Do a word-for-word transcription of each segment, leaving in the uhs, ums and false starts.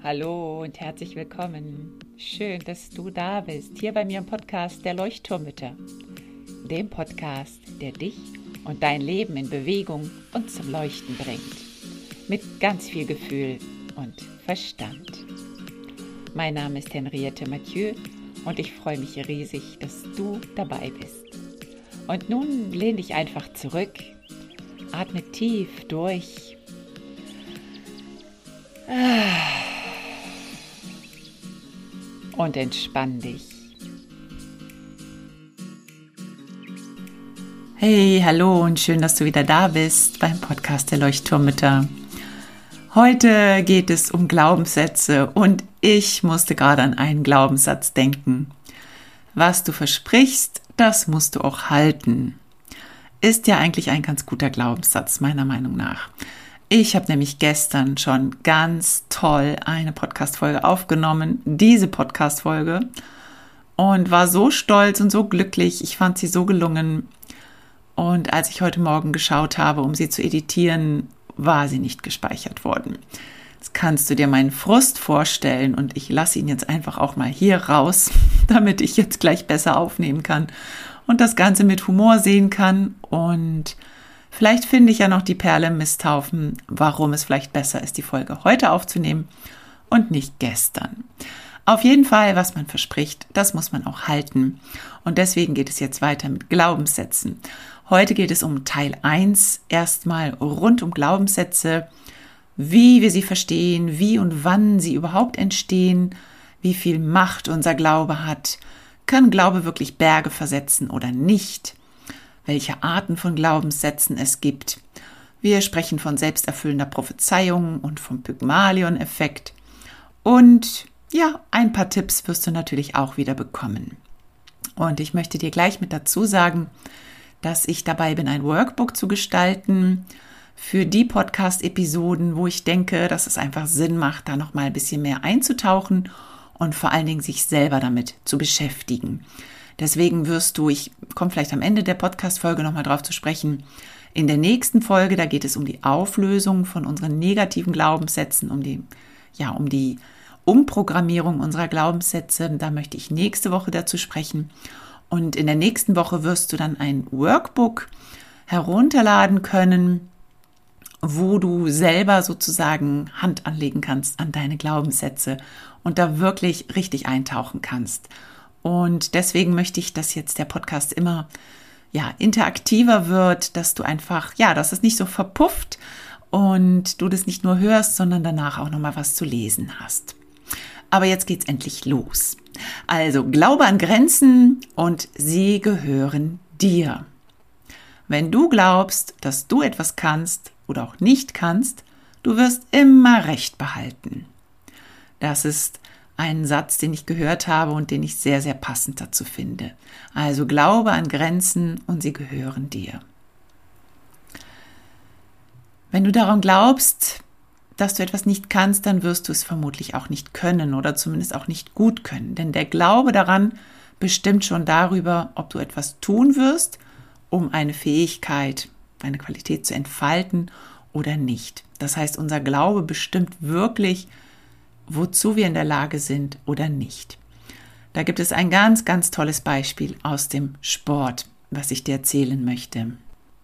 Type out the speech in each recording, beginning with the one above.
Hallo und herzlich willkommen. Schön, dass du da bist, hier bei mir im Podcast der Leuchtturmmütter. Dem Podcast, der dich und dein Leben in Bewegung und zum Leuchten bringt. Mit ganz viel Gefühl und Verstand. Mein Name ist Henriette Mathieu und ich freue mich riesig, dass du dabei bist. Und nun lehn dich einfach zurück, atme tief durch. Und entspann dich. Hey, hallo und schön, dass du wieder da bist beim Podcast der Leuchtturmmütter. Heute geht es um Glaubenssätze und ich musste gerade an einen Glaubenssatz denken. Was du versprichst, das musst du auch halten. Ist ja eigentlich ein ganz guter Glaubenssatz, meiner Meinung nach. Ich habe nämlich gestern schon ganz toll eine Podcast-Folge aufgenommen, diese Podcast-Folge, und war so stolz und so glücklich. Ich fand sie so gelungen. Und als ich heute Morgen geschaut habe, um sie zu editieren, war sie nicht gespeichert worden. Jetzt kannst du dir meinen Frust vorstellen und ich lasse ihn jetzt einfach auch mal hier raus, damit ich jetzt gleich besser aufnehmen kann und das Ganze mit Humor sehen kann. Und vielleicht finde ich ja noch die Perle im Misthaufen, warum es vielleicht besser ist, die Folge heute aufzunehmen und nicht gestern. Auf jeden Fall, was man verspricht, das muss man auch halten. Und deswegen geht es jetzt weiter mit Glaubenssätzen. Heute geht es um Teil eins, erstmal rund um Glaubenssätze, wie wir sie verstehen, wie und wann sie überhaupt entstehen, wie viel Macht unser Glaube hat, kann Glaube wirklich Berge versetzen oder nicht, welche Arten von Glaubenssätzen es gibt. Wir sprechen von selbsterfüllender Prophezeiung und vom Pygmalion-Effekt. Und ja, ein paar Tipps wirst du natürlich auch wieder bekommen. Und ich möchte dir gleich mit dazu sagen, dass ich dabei bin, ein Workbook zu gestalten für die Podcast-Episoden, wo ich denke, dass es einfach Sinn macht, da noch mal ein bisschen mehr einzutauchen und vor allen Dingen sich selber damit zu beschäftigen. Deswegen wirst du, ich komme vielleicht am Ende der Podcast-Folge nochmal drauf zu sprechen, in der nächsten Folge, da geht es um die Auflösung von unseren negativen Glaubenssätzen, um die, ja, um die Umprogrammierung unserer Glaubenssätze. Da möchte ich nächste Woche dazu sprechen. Und in der nächsten Woche wirst du dann ein Workbook herunterladen können, wo du selber sozusagen Hand anlegen kannst an deine Glaubenssätze und da wirklich richtig eintauchen kannst. Und deswegen möchte ich, dass jetzt der Podcast immer ja, interaktiver wird, dass du einfach, ja, dass es nicht so verpufft und du das nicht nur hörst, sondern danach auch nochmal was zu lesen hast. Aber jetzt geht's endlich los. Also, glaube an Grenzen und sie gehören dir. Wenn du glaubst, dass du etwas kannst oder auch nicht kannst, du wirst immer Recht behalten. Das ist ein Satz, den ich gehört habe und den ich sehr, sehr passend dazu finde. Also glaube an Grenzen und sie gehören dir. Wenn du daran glaubst, dass du etwas nicht kannst, dann wirst du es vermutlich auch nicht können oder zumindest auch nicht gut können. Denn der Glaube daran bestimmt schon darüber, ob du etwas tun wirst, um eine Fähigkeit, eine Qualität zu entfalten oder nicht. Das heißt, unser Glaube bestimmt wirklich, wozu wir in der Lage sind oder nicht. Da gibt es ein ganz, ganz tolles Beispiel aus dem Sport, was ich dir erzählen möchte.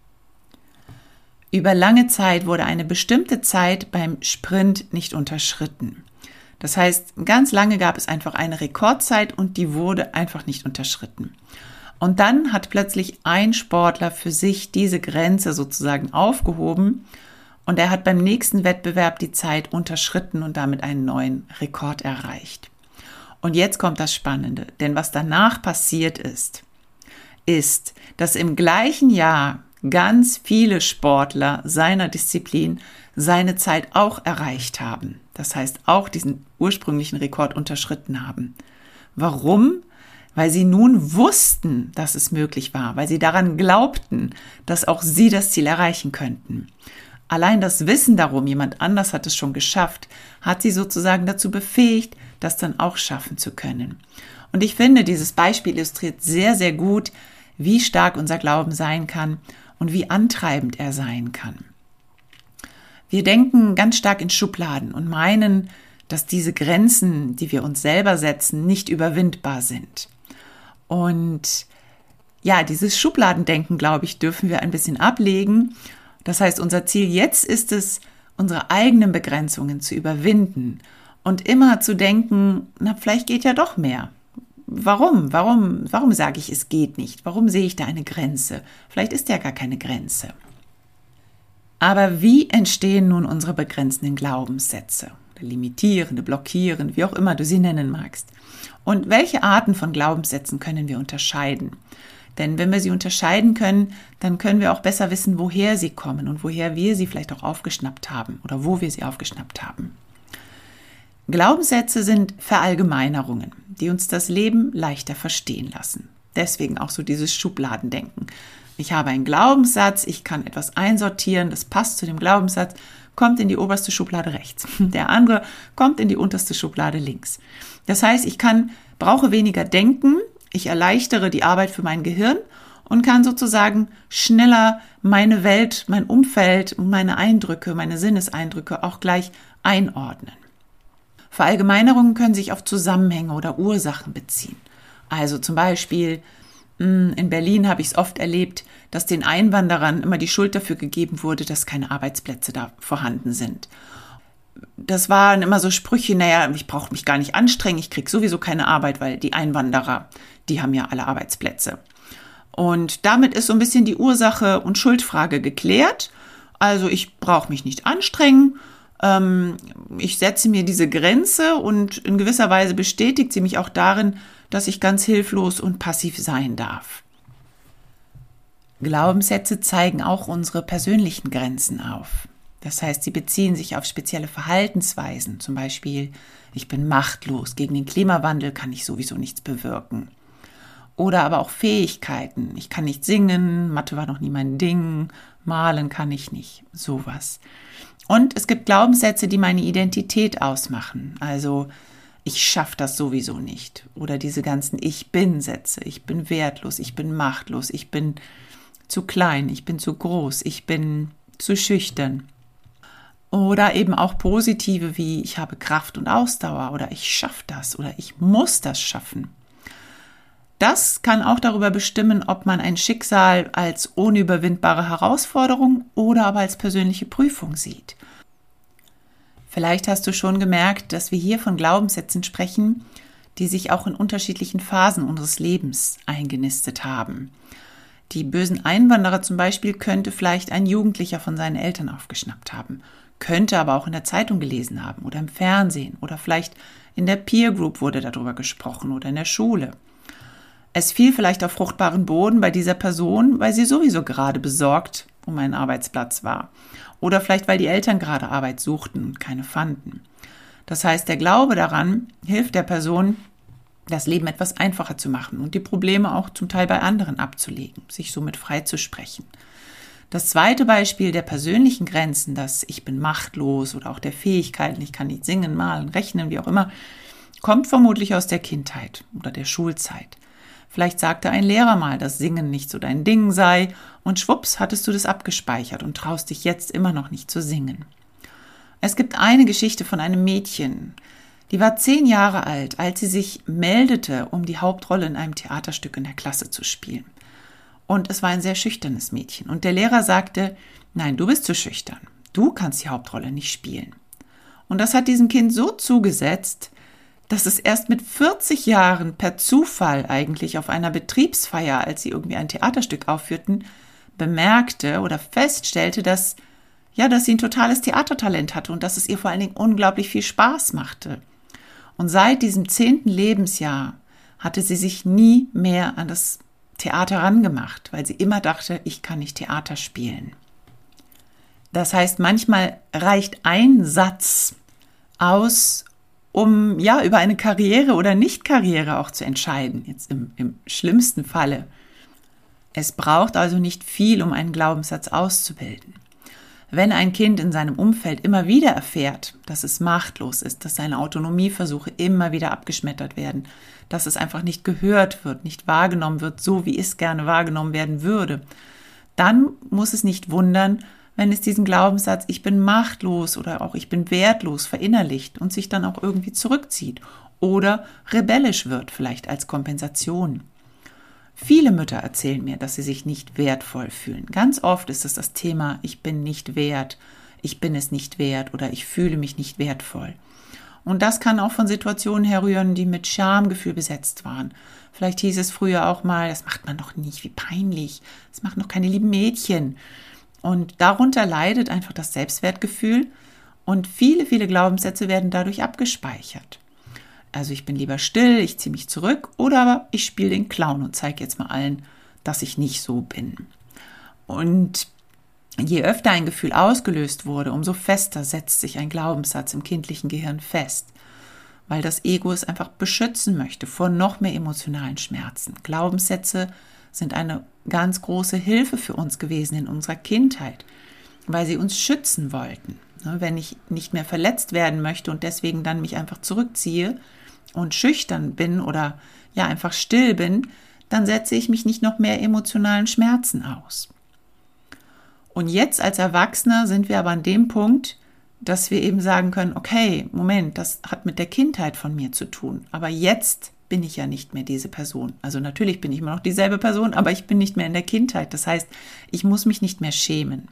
Über lange Zeit wurde eine bestimmte Zeit beim Sprint nicht unterschritten. Das heißt, ganz lange gab es einfach eine Rekordzeit und die wurde einfach nicht unterschritten. Und dann hat plötzlich ein Sportler für sich diese Grenze sozusagen aufgehoben und er hat beim nächsten Wettbewerb die Zeit unterschritten und damit einen neuen Rekord erreicht. Und jetzt kommt das Spannende, denn was danach passiert ist, ist, dass im gleichen Jahr ganz viele Sportler seiner Disziplin seine Zeit auch erreicht haben. Das heißt, auch diesen ursprünglichen Rekord unterschritten haben. Warum? Weil sie nun wussten, dass es möglich war, weil sie daran glaubten, dass auch sie das Ziel erreichen könnten. Allein das Wissen darum, jemand anders hat es schon geschafft, hat sie sozusagen dazu befähigt, das dann auch schaffen zu können. Und ich finde, dieses Beispiel illustriert sehr, sehr gut, wie stark unser Glauben sein kann und wie antreibend er sein kann. Wir denken ganz stark in Schubladen und meinen, dass diese Grenzen, die wir uns selber setzen, nicht überwindbar sind. Und ja, dieses Schubladendenken, glaube ich, dürfen wir ein bisschen ablegen. Das heißt, unser Ziel jetzt ist es, unsere eigenen Begrenzungen zu überwinden und immer zu denken, na, vielleicht geht ja doch mehr. Warum? Warum, warum sage ich, es geht nicht? Warum sehe ich da eine Grenze? Vielleicht ist ja gar keine Grenze. Aber wie entstehen nun unsere begrenzenden Glaubenssätze? Limitierende, blockierende, wie auch immer du sie nennen magst. Und welche Arten von Glaubenssätzen können wir unterscheiden? Denn wenn wir sie unterscheiden können, dann können wir auch besser wissen, woher sie kommen und woher wir sie vielleicht auch aufgeschnappt haben oder wo wir sie aufgeschnappt haben. Glaubenssätze sind Verallgemeinerungen, die uns das Leben leichter verstehen lassen. Deswegen auch so dieses Schubladendenken. Ich habe einen Glaubenssatz, ich kann etwas einsortieren, das passt zu dem Glaubenssatz, kommt in die oberste Schublade rechts. Der andere kommt in die unterste Schublade links. Das heißt, ich kann, brauche weniger denken, ich erleichtere die Arbeit für mein Gehirn und kann sozusagen schneller meine Welt, mein Umfeld und meine Eindrücke, meine Sinneseindrücke auch gleich einordnen. Verallgemeinerungen können sich auf Zusammenhänge oder Ursachen beziehen. Also zum Beispiel, in Berlin habe ich es oft erlebt, dass den Einwanderern immer die Schuld dafür gegeben wurde, dass keine Arbeitsplätze da vorhanden sind. Das waren immer so Sprüche, naja, ich brauche mich gar nicht anstrengen, ich kriege sowieso keine Arbeit, weil die Einwanderer, die haben ja alle Arbeitsplätze. Und damit ist so ein bisschen die Ursache und Schuldfrage geklärt. Also ich brauche mich nicht anstrengen, ähm, ich setze mir diese Grenze und in gewisser Weise bestätigt sie mich auch darin, dass ich ganz hilflos und passiv sein darf. Glaubenssätze zeigen auch unsere persönlichen Grenzen auf. Das heißt, sie beziehen sich auf spezielle Verhaltensweisen. Zum Beispiel, ich bin machtlos, gegen den Klimawandel kann ich sowieso nichts bewirken. Oder aber auch Fähigkeiten. Ich kann nicht singen, Mathe war noch nie mein Ding, malen kann ich nicht, sowas. Und es gibt Glaubenssätze, die meine Identität ausmachen. Also, ich schaffe das sowieso nicht. Oder diese ganzen Ich-Bin-Sätze. Ich bin wertlos, ich bin machtlos, ich bin zu klein, ich bin zu groß, ich bin zu schüchtern. Oder eben auch positive wie ich habe Kraft und Ausdauer oder ich schaffe das oder ich muss das schaffen. Das kann auch darüber bestimmen, ob man ein Schicksal als unüberwindbare Herausforderung oder aber als persönliche Prüfung sieht. Vielleicht hast du schon gemerkt, dass wir hier von Glaubenssätzen sprechen, die sich auch in unterschiedlichen Phasen unseres Lebens eingenistet haben. Die bösen Einwanderer zum Beispiel könnte vielleicht ein Jugendlicher von seinen Eltern aufgeschnappt haben, könnte aber auch in der Zeitung gelesen haben oder im Fernsehen oder vielleicht in der Peer Group wurde darüber gesprochen oder in der Schule. Es fiel vielleicht auf fruchtbaren Boden bei dieser Person, weil sie sowieso gerade besorgt um einen Arbeitsplatz war. Oder vielleicht, weil die Eltern gerade Arbeit suchten und keine fanden. Das heißt, der Glaube daran hilft der Person, das Leben etwas einfacher zu machen und die Probleme auch zum Teil bei anderen abzulegen, sich somit freizusprechen. Das zweite Beispiel der persönlichen Grenzen, das ich bin machtlos oder auch der Fähigkeiten, ich kann nicht singen, malen, rechnen, wie auch immer, kommt vermutlich aus der Kindheit oder der Schulzeit. Vielleicht sagte ein Lehrer mal, dass Singen nicht so dein Ding sei und schwupps hattest du das abgespeichert und traust dich jetzt immer noch nicht zu singen. Es gibt eine Geschichte von einem Mädchen, die war zehn Jahre alt, als sie sich meldete, um die Hauptrolle in einem Theaterstück in der Klasse zu spielen. Und es war ein sehr schüchternes Mädchen. Und der Lehrer sagte, nein, du bist zu schüchtern. Du kannst die Hauptrolle nicht spielen. Und das hat diesem Kind so zugesetzt, dass es erst mit vierzig Jahren per Zufall eigentlich auf einer Betriebsfeier, als sie irgendwie ein Theaterstück aufführten, bemerkte oder feststellte, dass, ja, dass sie ein totales Theatertalent hatte und dass es ihr vor allen Dingen unglaublich viel Spaß machte. Und seit diesem zehnten Lebensjahr hatte sie sich nie mehr an das Theater rangemacht, weil sie immer dachte, ich kann nicht Theater spielen. Das heißt, manchmal reicht ein Satz aus, um ja über eine Karriere oder Nicht-Karriere auch zu entscheiden, jetzt im, im schlimmsten Falle. Es braucht also nicht viel, um einen Glaubenssatz auszubilden. Wenn ein Kind in seinem Umfeld immer wieder erfährt, dass es machtlos ist, dass seine Autonomieversuche immer wieder abgeschmettert werden, dass es einfach nicht gehört wird, nicht wahrgenommen wird, so wie es gerne wahrgenommen werden würde, dann muss es nicht wundern, wenn es diesen Glaubenssatz, ich bin machtlos oder auch ich bin wertlos verinnerlicht und sich dann auch irgendwie zurückzieht oder rebellisch wird, vielleicht als Kompensation. Viele Mütter erzählen mir, dass sie sich nicht wertvoll fühlen. Ganz oft ist es das Thema, ich bin nicht wert, ich bin es nicht wert oder ich fühle mich nicht wertvoll. Und das kann auch von Situationen herrühren, die mit Schamgefühl besetzt waren. Vielleicht hieß es früher auch mal, das macht man doch nicht, wie peinlich, das machen doch keine lieben Mädchen. Und darunter leidet einfach das Selbstwertgefühl und viele, viele Glaubenssätze werden dadurch abgespeichert. Also ich bin lieber still, ich ziehe mich zurück oder aber ich spiele den Clown und zeige jetzt mal allen, dass ich nicht so bin. Und je öfter ein Gefühl ausgelöst wurde, umso fester setzt sich ein Glaubenssatz im kindlichen Gehirn fest, weil das Ego es einfach beschützen möchte vor noch mehr emotionalen Schmerzen. Glaubenssätze sind eine ganz große Hilfe für uns gewesen in unserer Kindheit, weil sie uns schützen wollten. Wenn ich nicht mehr verletzt werden möchte und deswegen dann mich einfach zurückziehe und schüchtern bin oder ja einfach still bin, dann setze ich mich nicht noch mehr emotionalen Schmerzen aus. Und jetzt als Erwachsener sind wir aber an dem Punkt, dass wir eben sagen können, okay, Moment, das hat mit der Kindheit von mir zu tun, aber jetzt bin ich ja nicht mehr diese Person. Also natürlich bin ich immer noch dieselbe Person, aber ich bin nicht mehr in der Kindheit. Das heißt, ich muss mich nicht mehr schämen.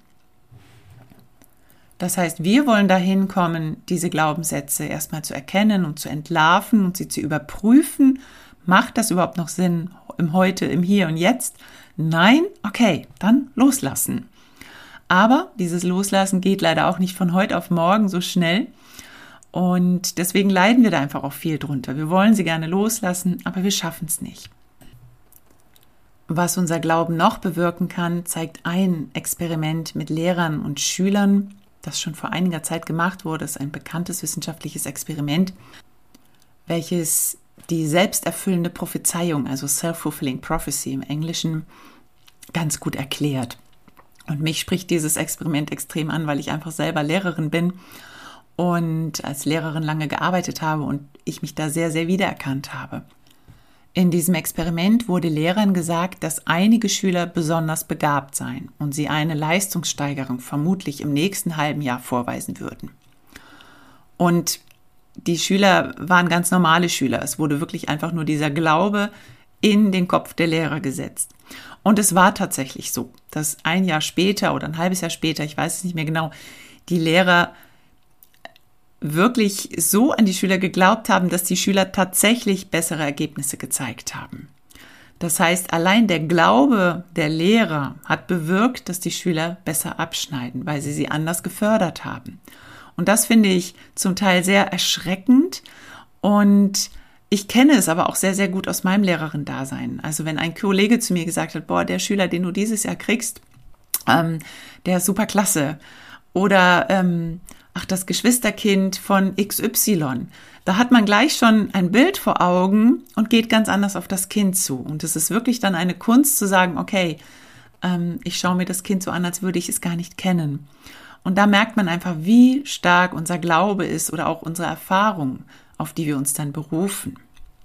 Das heißt, wir wollen dahin kommen, diese Glaubenssätze erstmal zu erkennen und zu entlarven und sie zu überprüfen. Macht das überhaupt noch Sinn im Heute, im Hier und Jetzt? Nein? Okay, dann loslassen. Aber dieses Loslassen geht leider auch nicht von heute auf morgen so schnell. Und deswegen leiden wir da einfach auch viel drunter. Wir wollen sie gerne loslassen, aber wir schaffen es nicht. Was unser Glauben noch bewirken kann, zeigt ein Experiment mit Lehrern und Schülern, das schon vor einiger Zeit gemacht wurde. Das ist ein bekanntes wissenschaftliches Experiment, welches die selbsterfüllende Prophezeiung, also Self-Fulfilling Prophecy im Englischen, ganz gut erklärt. Und mich spricht dieses Experiment extrem an, weil ich einfach selber Lehrerin bin und als Lehrerin lange gearbeitet habe und ich mich da sehr, sehr wiedererkannt habe. In diesem Experiment wurde Lehrern gesagt, dass einige Schüler besonders begabt seien und sie eine Leistungssteigerung vermutlich im nächsten halben Jahr vorweisen würden. Und die Schüler waren ganz normale Schüler. Es wurde wirklich einfach nur dieser Glaube in den Kopf der Lehrer gesetzt. Und es war tatsächlich so, dass ein Jahr später oder ein halbes Jahr später, ich weiß es nicht mehr genau, die Lehrer wirklich so an die Schüler geglaubt haben, dass die Schüler tatsächlich bessere Ergebnisse gezeigt haben. Das heißt, allein der Glaube der Lehrer hat bewirkt, dass die Schüler besser abschneiden, weil sie sie anders gefördert haben. Und das finde ich zum Teil sehr erschreckend und ich kenne es aber auch sehr, sehr gut aus meinem Lehrerin-Dasein. Also wenn ein Kollege zu mir gesagt hat, boah, der Schüler, den du dieses Jahr kriegst, ähm, der ist super klasse. Oder ähm, ach, das Geschwisterkind von X Y. Da hat man gleich schon ein Bild vor Augen und geht ganz anders auf das Kind zu. Und es ist wirklich dann eine Kunst zu sagen, okay, ähm, ich schaue mir das Kind so an, als würde ich es gar nicht kennen. Und da merkt man einfach, wie stark unser Glaube ist oder auch unsere Erfahrung, auf die wir uns dann berufen.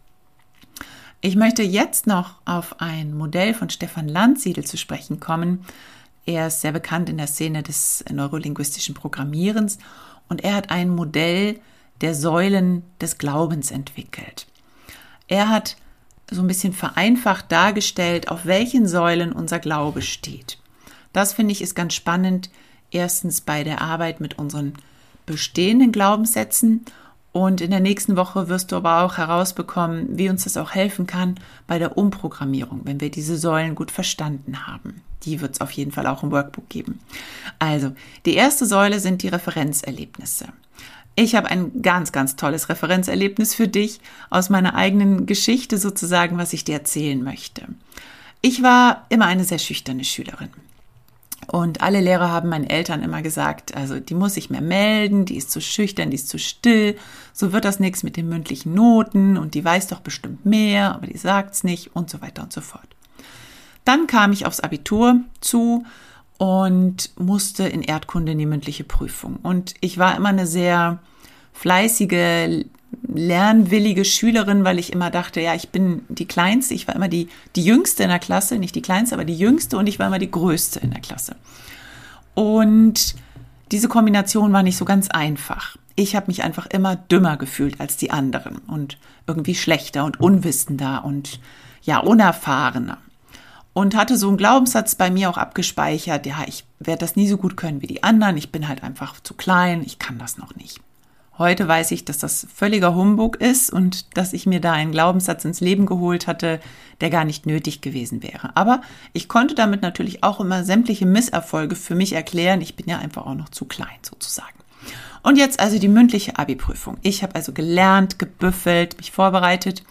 Ich möchte jetzt noch auf ein Modell von Stefan Landsiedel zu sprechen kommen. Er ist sehr bekannt in der Szene des neurolinguistischen Programmierens und er hat ein Modell der Säulen des Glaubens entwickelt. Er hat so ein bisschen vereinfacht dargestellt, auf welchen Säulen unser Glaube steht. Das finde ich ist ganz spannend, erstens bei der Arbeit mit unseren bestehenden Glaubenssätzen. Und in der nächsten Woche wirst du aber auch herausbekommen, wie uns das auch helfen kann bei der Umprogrammierung, wenn wir diese Säulen gut verstanden haben. Die wird es auf jeden Fall auch im Workbook geben. Also, die erste Säule sind die Referenzerlebnisse. Ich habe ein ganz, ganz tolles Referenzerlebnis für dich aus meiner eigenen Geschichte sozusagen, was ich dir erzählen möchte. Ich war immer eine sehr schüchterne Schülerin. Und alle Lehrer haben meinen Eltern immer gesagt, also die muss sich mehr melden, die ist zu schüchtern, die ist zu still, so wird das nichts mit den mündlichen Noten und die weiß doch bestimmt mehr, aber die sagt's nicht und so weiter und so fort. Dann kam ich aufs Abitur zu und musste in Erdkunde in die mündliche Prüfung. Und ich war immer eine sehr fleißige, lernwillige Schülerin, weil ich immer dachte, ja, ich bin die Kleinste, ich war immer die, die Jüngste in der Klasse, nicht die Kleinste, aber die Jüngste und ich war immer die Größte in der Klasse. Und diese Kombination war nicht so ganz einfach. Ich habe mich einfach immer dümmer gefühlt als die anderen und irgendwie schlechter und unwissender und ja, unerfahrener. Und hatte so einen Glaubenssatz bei mir auch abgespeichert, ja, ich werde das nie so gut können wie die anderen, ich bin halt einfach zu klein, ich kann das noch nicht. Heute weiß ich, dass das völliger Humbug ist und dass ich mir da einen Glaubenssatz ins Leben geholt hatte, der gar nicht nötig gewesen wäre. Aber ich konnte damit natürlich auch immer sämtliche Misserfolge für mich erklären. Ich bin ja einfach auch noch zu klein sozusagen. Und jetzt also die mündliche Abi-Prüfung. Ich habe also gelernt, gebüffelt, mich vorbereitet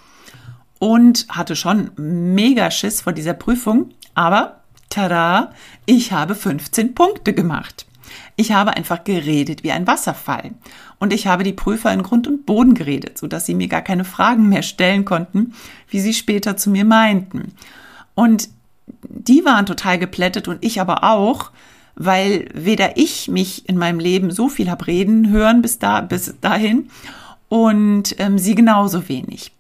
und hatte schon mega Schiss vor dieser Prüfung. Aber, tada, ich habe fünfzehn Punkte gemacht. Ich habe einfach geredet wie ein Wasserfall. Und ich habe die Prüfer in Grund und Boden geredet, sodass sie mir gar keine Fragen mehr stellen konnten, wie sie später zu mir meinten. Und die waren total geplättet und ich aber auch, weil weder ich mich in meinem Leben so viel habe reden hören bis, da, bis dahin und ähm, sie genauso wenig.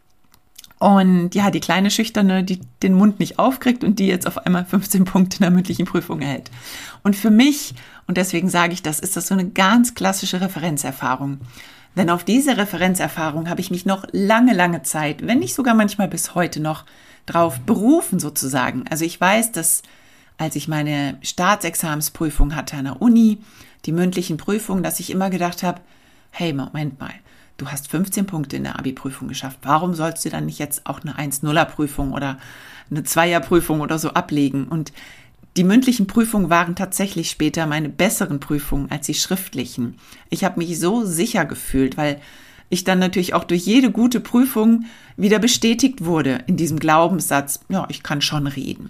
Und ja, die kleine Schüchterne, die den Mund nicht aufkriegt und die jetzt auf einmal fünfzehn Punkte in der mündlichen Prüfung erhält. Und für mich, und deswegen sage ich das, ist das so eine ganz klassische Referenzerfahrung. Denn auf diese Referenzerfahrung habe ich mich noch lange, lange Zeit, wenn nicht sogar manchmal bis heute noch, drauf berufen sozusagen. Also ich weiß, dass als ich meine Staatsexamensprüfung hatte an der Uni, die mündlichen Prüfungen, dass ich immer gedacht habe, hey, Moment mal, du hast fünfzehn Punkte in der Abi-Prüfung geschafft. Warum sollst du dann nicht jetzt auch eine eins null Prüfung oder eine Zweier-Prüfung oder so ablegen? Und die mündlichen Prüfungen waren tatsächlich später meine besseren Prüfungen als die schriftlichen. Ich habe mich so sicher gefühlt, weil ich dann natürlich auch durch jede gute Prüfung wieder bestätigt wurde in diesem Glaubenssatz, ja, ich kann schon reden.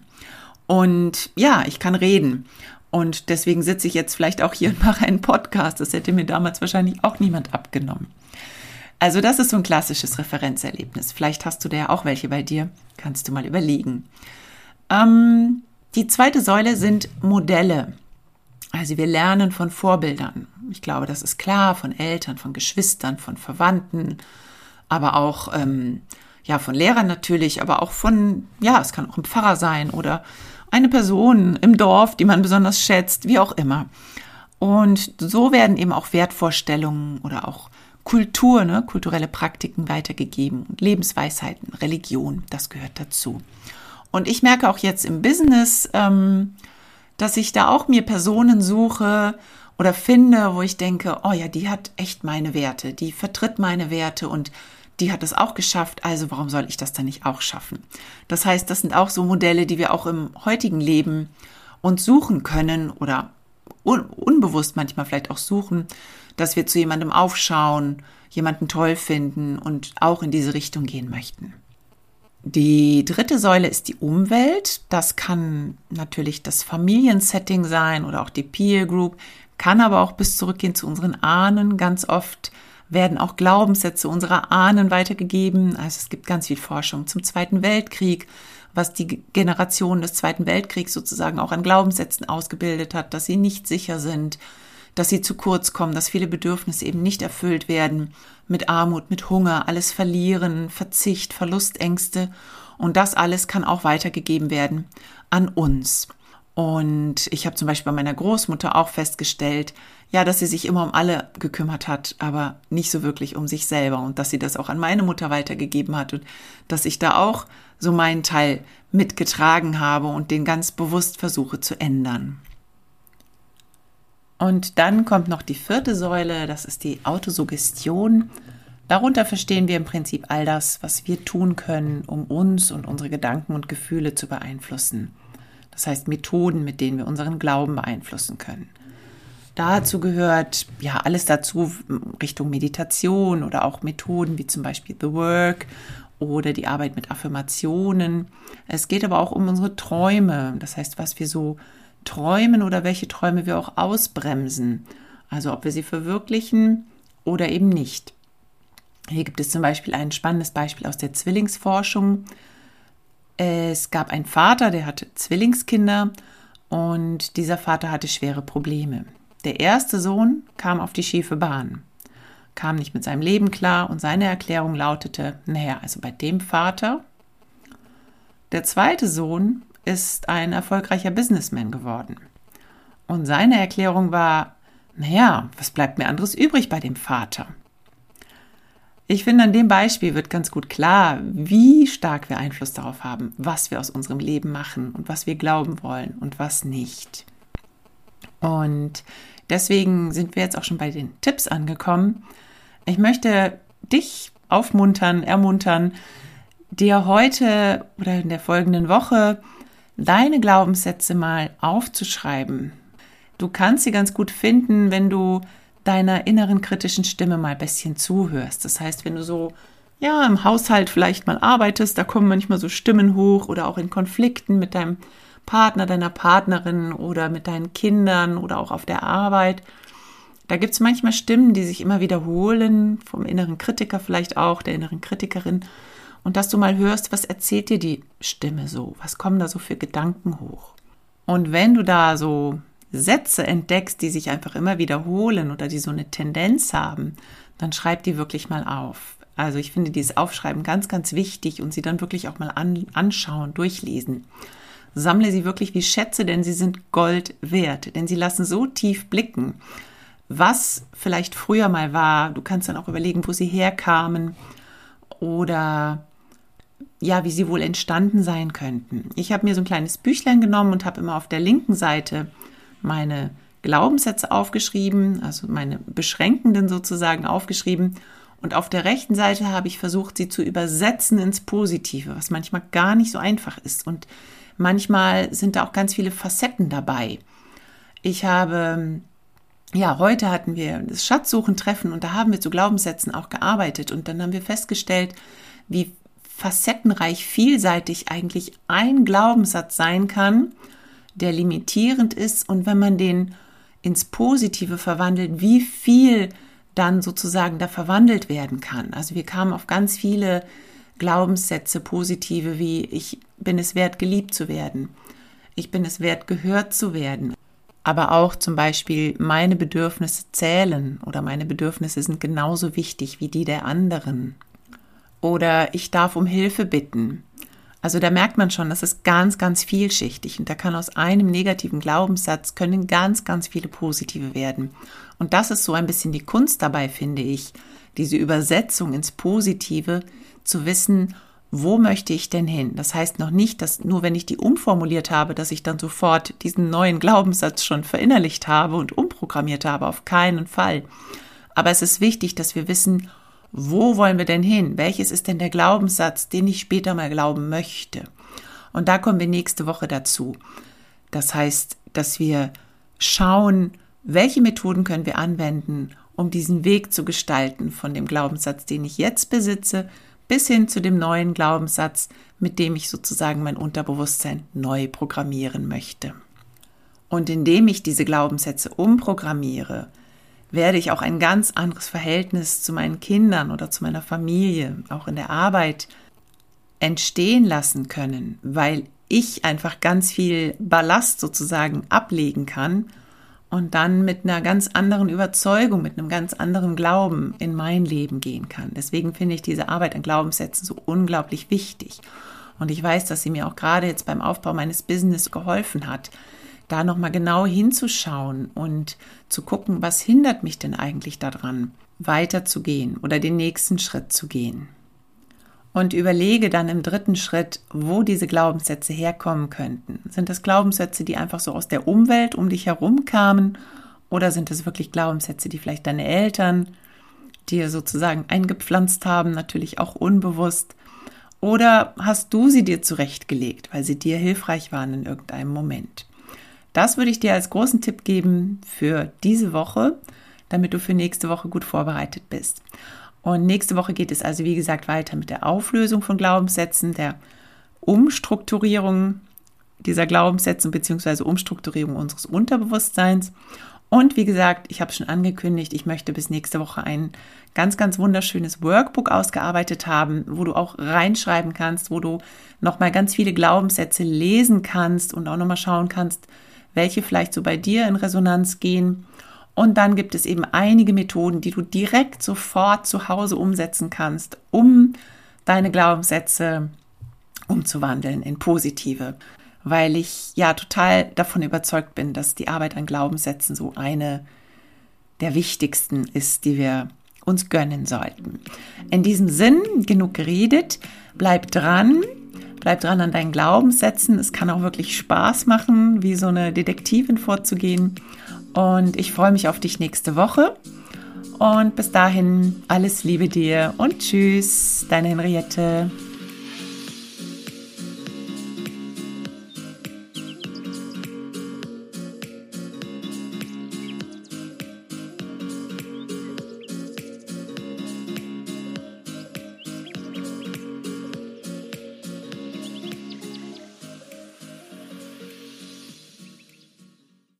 Und ja, ich kann reden. Und deswegen sitze ich jetzt vielleicht auch hier und mache einen Podcast. Das hätte mir damals wahrscheinlich auch niemand abgenommen. Also das ist so ein klassisches Referenzerlebnis. Vielleicht hast du da ja auch welche bei dir. Kannst du mal überlegen. Ähm, die zweite Säule sind Modelle. Also wir lernen von Vorbildern. Ich glaube, das ist klar, von Eltern, von Geschwistern, von Verwandten, aber auch ähm, ja von Lehrern natürlich, aber auch von, ja, es kann auch ein Pfarrer sein oder eine Person im Dorf, die man besonders schätzt, wie auch immer. Und so werden eben auch Wertvorstellungen oder auch Kultur, ne, kulturelle Praktiken weitergegeben und Lebensweisheiten, Religion, das gehört dazu. Und ich merke auch jetzt im Business, ähm, dass ich da auch mir Personen suche oder finde, wo ich denke, oh ja, die hat echt meine Werte, die vertritt meine Werte und die hat es auch geschafft, also warum soll ich das dann nicht auch schaffen? Das heißt, das sind auch so Modelle, die wir auch im heutigen Leben uns suchen können oder un- unbewusst manchmal vielleicht auch suchen, dass wir zu jemandem aufschauen, jemanden toll finden und auch in diese Richtung gehen möchten. Die dritte Säule ist die Umwelt. Das kann natürlich das Familiensetting sein oder auch die Peer Group, kann aber auch bis zurückgehen zu unseren Ahnen. Ganz oft werden auch Glaubenssätze unserer Ahnen weitergegeben. Also es gibt ganz viel Forschung zum Zweiten Weltkrieg, was die Generation des Zweiten Weltkriegs sozusagen auch an Glaubenssätzen ausgebildet hat, dass sie nicht sicher sind, dass sie zu kurz kommen, dass viele Bedürfnisse eben nicht erfüllt werden, mit Armut, mit Hunger, alles verlieren, Verzicht, Verlustängste. Und das alles kann auch weitergegeben werden an uns. Und ich habe zum Beispiel bei meiner Großmutter auch festgestellt, ja, dass sie sich immer um alle gekümmert hat, aber nicht so wirklich um sich selber und dass sie das auch an meine Mutter weitergegeben hat und dass ich da auch so meinen Teil mitgetragen habe und den ganz bewusst versuche zu ändern. Und dann kommt noch die vierte Säule, das ist die Autosuggestion. Darunter verstehen wir im Prinzip all das, was wir tun können, um uns und unsere Gedanken und Gefühle zu beeinflussen. Das heißt Methoden, mit denen wir unseren Glauben beeinflussen können. Dazu gehört ja alles dazu Richtung Meditation oder auch Methoden wie zum Beispiel The Work oder die Arbeit mit Affirmationen. Es geht aber auch um unsere Träume, das heißt, was wir so träumen oder welche Träume wir auch ausbremsen. Also ob wir sie verwirklichen oder eben nicht. Hier gibt es zum Beispiel ein spannendes Beispiel aus der Zwillingsforschung. Es gab einen Vater, der hatte Zwillingskinder und dieser Vater hatte schwere Probleme. Der erste Sohn kam auf die schiefe Bahn, kam nicht mit seinem Leben klar und seine Erklärung lautete, naja, also bei dem Vater. Der zweite Sohn ist ein erfolgreicher Businessman geworden. Und seine Erklärung war, naja, was bleibt mir anderes übrig bei dem Vater? Ich finde, an dem Beispiel wird ganz gut klar, wie stark wir Einfluss darauf haben, was wir aus unserem Leben machen und was wir glauben wollen und was nicht. Und deswegen sind wir jetzt auch schon bei den Tipps angekommen. Ich möchte dich aufmuntern, ermuntern, dir heute oder in der folgenden Woche deine Glaubenssätze mal aufzuschreiben. Du kannst sie ganz gut finden, wenn du deiner inneren kritischen Stimme mal ein bisschen zuhörst. Das heißt, wenn du so ja im Haushalt vielleicht mal arbeitest, da kommen manchmal so Stimmen hoch oder auch in Konflikten mit deinem Partner, deiner Partnerin oder mit deinen Kindern oder auch auf der Arbeit. Da gibt es manchmal Stimmen, die sich immer wiederholen, vom inneren Kritiker vielleicht auch, der inneren Kritikerin. Und dass du mal hörst, was erzählt dir die Stimme so? Was kommen da so für Gedanken hoch? Und wenn du da so Sätze entdeckst, die sich einfach immer wiederholen oder die so eine Tendenz haben, dann schreib die wirklich mal auf. Also ich finde dieses Aufschreiben ganz, ganz wichtig und sie dann wirklich auch mal an, anschauen, durchlesen. Sammle sie wirklich wie Schätze, denn sie sind Gold wert, denn sie lassen so tief blicken, was vielleicht früher mal war. Du kannst dann auch überlegen, wo sie herkamen oder ja, wie sie wohl entstanden sein könnten. Ich habe mir so ein kleines Büchlein genommen und habe immer auf der linken Seite meine Glaubenssätze aufgeschrieben, also meine beschränkenden sozusagen aufgeschrieben. Und auf der rechten Seite habe ich versucht, sie zu übersetzen ins Positive, was manchmal gar nicht so einfach ist. Und manchmal sind da auch ganz viele Facetten dabei. Ich habe, ja, heute hatten wir das Schatzsuchen-Treffen und da haben wir zu Glaubenssätzen auch gearbeitet. Und dann haben wir festgestellt, wie facettenreich, vielseitig eigentlich ein Glaubenssatz sein kann, der limitierend ist, und wenn man den ins Positive verwandelt, wie viel dann sozusagen da verwandelt werden kann. Also wir kamen auf ganz viele Glaubenssätze, positive, wie ich bin es wert, geliebt zu werden, ich bin es wert, gehört zu werden, aber auch zum Beispiel meine Bedürfnisse zählen oder meine Bedürfnisse sind genauso wichtig wie die der anderen oder ich darf um Hilfe bitten. Also da merkt man schon, das ist ganz, ganz vielschichtig und da kann aus einem negativen Glaubenssatz können ganz, ganz viele positive werden. Und das ist so ein bisschen die Kunst dabei, finde ich, diese Übersetzung ins Positive, zu wissen, wo möchte ich denn hin? Das heißt noch nicht, dass nur wenn ich die umformuliert habe, dass ich dann sofort diesen neuen Glaubenssatz schon verinnerlicht habe und umprogrammiert habe, auf keinen Fall. Aber es ist wichtig, dass wir wissen, wo wollen wir denn hin? Welches ist denn der Glaubenssatz, den ich später mal glauben möchte? Und da kommen wir nächste Woche dazu. Das heißt, dass wir schauen, welche Methoden können wir anwenden, um diesen Weg zu gestalten von dem Glaubenssatz, den ich jetzt besitze, bis hin zu dem neuen Glaubenssatz, mit dem ich sozusagen mein Unterbewusstsein neu programmieren möchte. Und indem ich diese Glaubenssätze umprogrammiere, werde ich auch ein ganz anderes Verhältnis zu meinen Kindern oder zu meiner Familie, auch in der Arbeit, entstehen lassen können, weil ich einfach ganz viel Ballast sozusagen ablegen kann und dann mit einer ganz anderen Überzeugung, mit einem ganz anderen Glauben in mein Leben gehen kann. Deswegen finde ich diese Arbeit an Glaubenssätzen so unglaublich wichtig. Und ich weiß, dass sie mir auch gerade jetzt beim Aufbau meines Business geholfen hat, da nochmal genau hinzuschauen und zu gucken, was hindert mich denn eigentlich daran, weiterzugehen oder den nächsten Schritt zu gehen. Und überlege dann im dritten Schritt, wo diese Glaubenssätze herkommen könnten. Sind das Glaubenssätze, die einfach so aus der Umwelt um dich herum kamen? Oder sind es wirklich Glaubenssätze, die vielleicht deine Eltern dir sozusagen eingepflanzt haben, natürlich auch unbewusst? Oder hast du sie dir zurechtgelegt, weil sie dir hilfreich waren in irgendeinem Moment? Das würde ich dir als großen Tipp geben für diese Woche, damit du für nächste Woche gut vorbereitet bist. Und nächste Woche geht es also, wie gesagt, weiter mit der Auflösung von Glaubenssätzen, der Umstrukturierung dieser Glaubenssätze bzw. Umstrukturierung unseres Unterbewusstseins. Und wie gesagt, ich habe es schon angekündigt, ich möchte bis nächste Woche ein ganz, ganz wunderschönes Workbook ausgearbeitet haben, wo du auch reinschreiben kannst, wo du nochmal ganz viele Glaubenssätze lesen kannst und auch nochmal schauen kannst, welche vielleicht so bei dir in Resonanz gehen. Und dann gibt es eben einige Methoden, die du direkt sofort zu Hause umsetzen kannst, um deine Glaubenssätze umzuwandeln in positive. weil ich ja total davon überzeugt bin, dass die Arbeit an Glaubenssätzen so eine der wichtigsten ist, die wir uns gönnen sollten. In diesem Sinn, genug geredet, bleib dran, bleib dran an deinen Glaubenssätzen. Es kann auch wirklich Spaß machen, wie so eine Detektivin vorzugehen. Und ich freue mich auf dich nächste Woche. Und bis dahin alles Liebe dir und tschüss, deine Henriette.